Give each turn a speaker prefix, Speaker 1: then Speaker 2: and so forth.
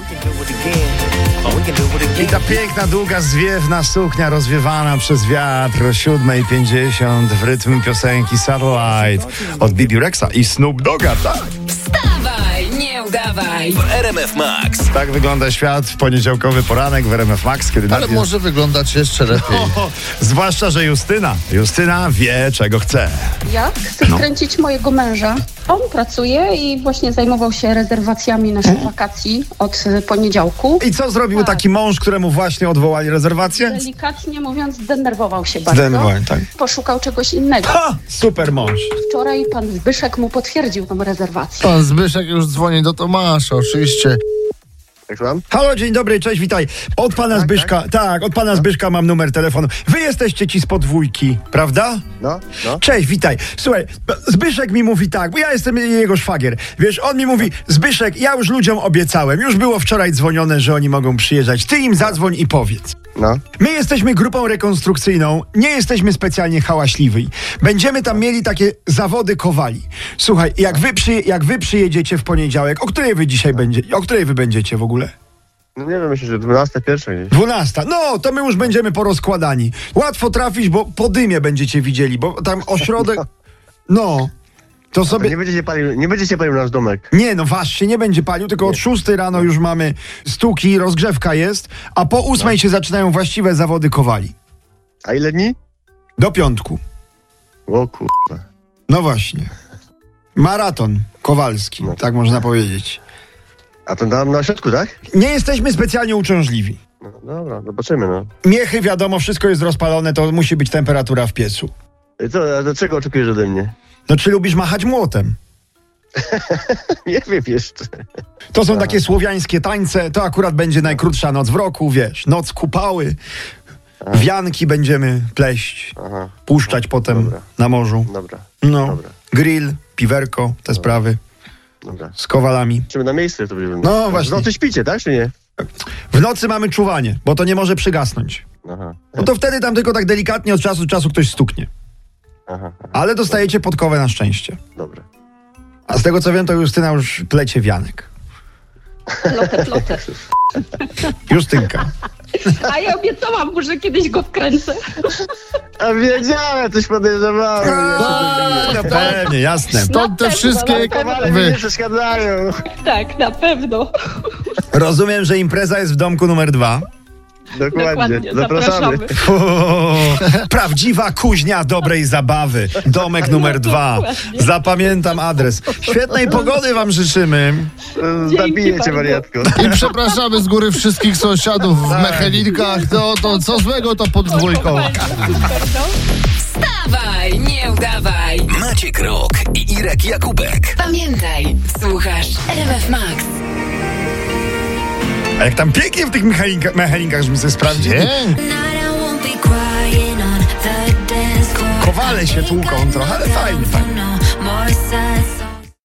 Speaker 1: I ta piękna, długa, zwiewna suknia rozwiewana przez wiatr o 7:50 w rytm piosenki Satellite od Bibi Rexa i Snoop Dogga, tak?
Speaker 2: Wstawaj, nie udawaj.
Speaker 3: W RMF Max.
Speaker 1: Tak wygląda świat w poniedziałkowy poranek w RMF Max, kiedy
Speaker 4: Ale może wyglądać jeszcze lepiej.
Speaker 1: zwłaszcza, że Justyna wie, czego chce.
Speaker 5: Ja chcę skręcić mojego męża. On pracuje i właśnie zajmował się rezerwacjami naszych wakacji od poniedziałku.
Speaker 1: I co zrobił taki mąż, któremu właśnie odwołali rezerwację?
Speaker 5: Delikatnie mówiąc, zdenerwował się bardzo.
Speaker 1: Zdenerwowałem, tak.
Speaker 5: Poszukał czegoś innego.
Speaker 1: Ha! Super mąż.
Speaker 5: Wczoraj pan Zbyszek mu potwierdził tą rezerwację.
Speaker 4: Pan Zbyszek już dzwoni do Tomasza, oczywiście.
Speaker 6: Tak słucham?
Speaker 1: Halo, dzień dobry, cześć, witaj. Od pana Zbyszka, od pana Zbyszka mam numer telefonu. Wy jesteście ci z podwójki, prawda?
Speaker 6: No.
Speaker 1: Cześć, witaj. Słuchaj, Zbyszek mi mówi tak, bo ja jestem jego szwagier. Wiesz, on mi mówi, Zbyszek, ja już ludziom obiecałem. Już było wczoraj dzwonione, że oni mogą przyjeżdżać. Ty im zadzwoń i powiedz.
Speaker 6: No.
Speaker 1: My jesteśmy grupą rekonstrukcyjną, nie jesteśmy specjalnie hałaśliwi. Będziemy tam mieli takie zawody kowali. Słuchaj, jak wy przyjedziecie w poniedziałek, o której wy będziecie w ogóle?
Speaker 6: No nie wiem, myślę, że 12, pierwsza gdzieś.
Speaker 1: 12. No, to my już będziemy porozkładani. Łatwo trafić, bo po dymie będziecie widzieli, bo tam ośrodek... No, to sobie...
Speaker 6: Nie będziecie palił nasz domek.
Speaker 1: Nie, no wasz się nie będzie palił, tylko od 6 rano już mamy stuki, rozgrzewka jest, a po 8 się zaczynają właściwe zawody kowali.
Speaker 6: A ile dni?
Speaker 1: Do piątku.
Speaker 6: O kurwa.
Speaker 1: No właśnie. Maraton kowalski, tak można powiedzieć.
Speaker 6: A to tam na środku, tak?
Speaker 1: Nie jesteśmy specjalnie uciążliwi.
Speaker 6: No, dobra, zobaczymy, no.
Speaker 1: Miechy, wiadomo, wszystko jest rozpalone, to musi być temperatura w piecu.
Speaker 6: I co, a do czego oczekujesz ode mnie?
Speaker 1: No czy lubisz machać młotem?
Speaker 6: Nie wiem jeszcze.
Speaker 1: To są takie słowiańskie tańce, to akurat będzie najkrótsza noc w roku, wiesz, noc kupały, wianki będziemy pleść, puszczać potem na morzu.
Speaker 6: Dobra.
Speaker 1: No,
Speaker 6: Dobra.
Speaker 1: grill, piwerko, te sprawy
Speaker 6: Dobra.
Speaker 1: z kowalami.
Speaker 6: Czy my na miejscu to będziemy?
Speaker 1: No właśnie.
Speaker 6: W nocy śpicie, tak, czy nie?
Speaker 1: W nocy mamy czuwanie, bo to nie może przygasnąć.
Speaker 6: Aha.
Speaker 1: No to wtedy tam tylko tak delikatnie od czasu do czasu ktoś stuknie.
Speaker 6: Aha.
Speaker 1: Ale dostajecie podkowę na szczęście.
Speaker 6: Dobra.
Speaker 1: A z tego co wiem, to Justyna już plecie wianek.
Speaker 5: Plotę.
Speaker 1: Justynka.
Speaker 5: A ja obiecałam mu, że kiedyś go wkręcę.
Speaker 6: A wiedziałem, coś podejrzewałem.
Speaker 1: No pewnie, jasne.
Speaker 4: Stąd te wszystkie...
Speaker 6: Ale mi nie przeszkadzają.
Speaker 5: Tak, na pewno.
Speaker 1: Rozumiem, że impreza jest w domku numer 2.
Speaker 6: Dokładnie. Zapraszamy.
Speaker 1: Prawdziwa kuźnia dobrej zabawy. Domek numer 2. Zapamiętam adres. Świetnej pogody wam życzymy.
Speaker 6: Zabiję cię,
Speaker 5: bardzo.
Speaker 6: wariatko.
Speaker 4: I przepraszamy z góry wszystkich sąsiadów w Mechelinkach. To co złego, to pod dwójką.
Speaker 2: Wstawaj, nie udawaj.
Speaker 3: Maciek Rok i Irek Jakubek.
Speaker 2: Pamiętaj, słuchasz RMF Max.
Speaker 1: A jak tam pięknie w tych mechelinkach, żebym sobie sprawdził. Kowale się tłuką trochę, ale fajnie.